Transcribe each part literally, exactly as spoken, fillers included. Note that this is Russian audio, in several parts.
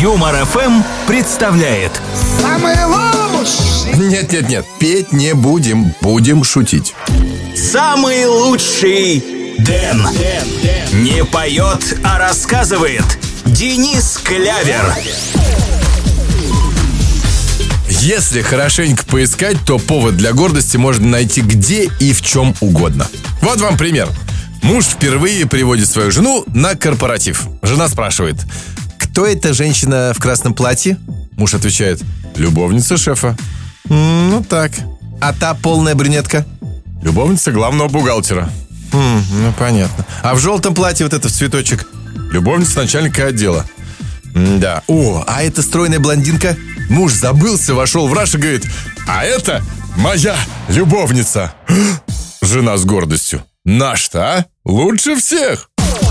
Юмор эф эм представляет. Самый лучший. Нет-нет-нет, петь не будем, будем шутить. Самый лучший Дэн. Не поет, а рассказывает. Денис Клявер. Если хорошенько поискать, то повод для гордости можно найти где и в чем угодно. Вот вам пример. Муж впервые приводит свою жену на корпоратив. Жена спрашивает: кто эта женщина в красном платье? Муж отвечает: любовница шефа. М, ну так. А та полная брюнетка? Любовница главного бухгалтера. М, ну понятно. А в желтом платье вот это в цветочек? Любовница начальника отдела. Да. О, а эта стройная блондинка? Муж забылся, вошел в раж и говорит: а это моя любовница. Жена с гордостью: наш-то, а? Лучше всех.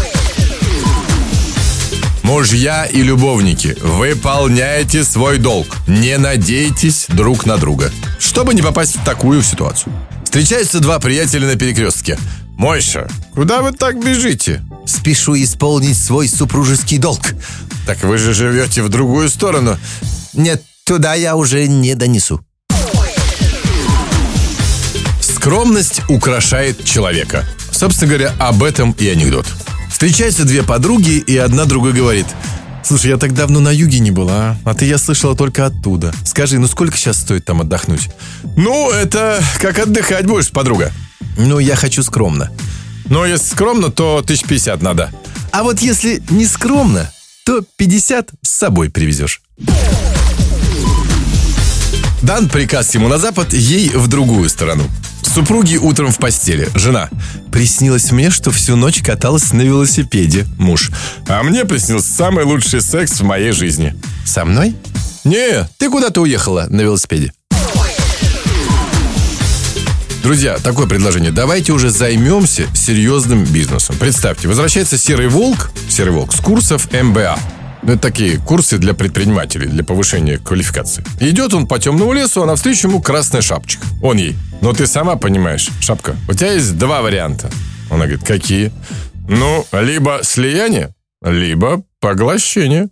Мужья и любовники, выполняйте свой долг. Не надейтесь друг на друга, чтобы не попасть в такую ситуацию. Встречаются два приятеля на перекрестке. Мойша, куда вы так бежите? Спешу исполнить свой супружеский долг. Так вы же живете в другую сторону. Нет, туда я уже не донесу. Скромность украшает человека. Собственно говоря, об этом и анекдот. Встречаются две подруги, и одна другой говорит: слушай, я так давно на юге не была, а ты, я слышала, только оттуда. Скажи, ну сколько сейчас стоит там отдохнуть? Ну, это как отдыхать будешь, подруга. Ну, я хочу скромно. Ну, если скромно, то тысяч пятьдесят надо. А вот если не скромно, то пятьдесят с собой привезешь. Дан приказ ему на запад, ей в другую сторону. Супруги утром в постели. Жена: приснилось мне, что всю ночь каталась на велосипеде. Муж: а мне приснился самый лучший секс в моей жизни. Со мной? Не, ты куда-то уехала на велосипеде. Друзья, такое предложение. Давайте уже займемся серьезным бизнесом. Представьте, возвращается Серый Волк, Серый Волк с курсов эм бэ а. Это такие курсы для предпринимателей, для повышения квалификации. Идет он по темному лесу, а навстречу ему красная шапочка. Он ей: ну ты сама понимаешь, шапка, у тебя есть два варианта. Она говорит: какие? Ну, либо слияние, либо поглощение.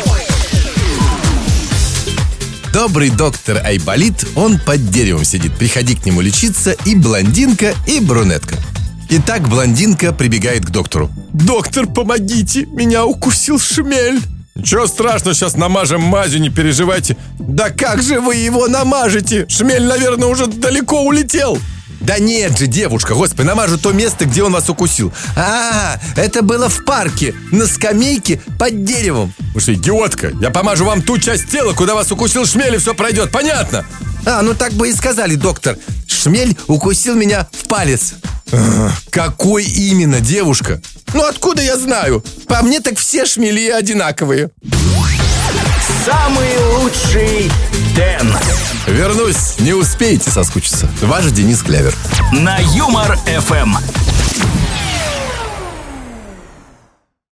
Добрый доктор Айболит, он под деревом сидит. Приходи к нему лечиться и блондинка, и брюнетка. Итак, блондинка прибегает к доктору: доктор, помогите, меня укусил шмель. Ничего страшного, сейчас намажем мазью, не переживайте. Да как же вы его намажете? Шмель, наверное, уже далеко улетел. Да нет же, девушка, господи, намажу то место, где он вас укусил. А, это было в парке, на скамейке под деревом. Вы что, идиотка, я помажу вам ту часть тела, куда вас укусил шмель, и все пройдет, понятно? А, ну так бы и сказали, доктор. Шмель укусил меня в палец. А, какой именно, девушка? Ну откуда я знаю? По мне так все шмели одинаковые. Самый лучший Дэн. Вернусь, не успеете соскучиться. Ваш Денис Клявер. На Юмор эф эм.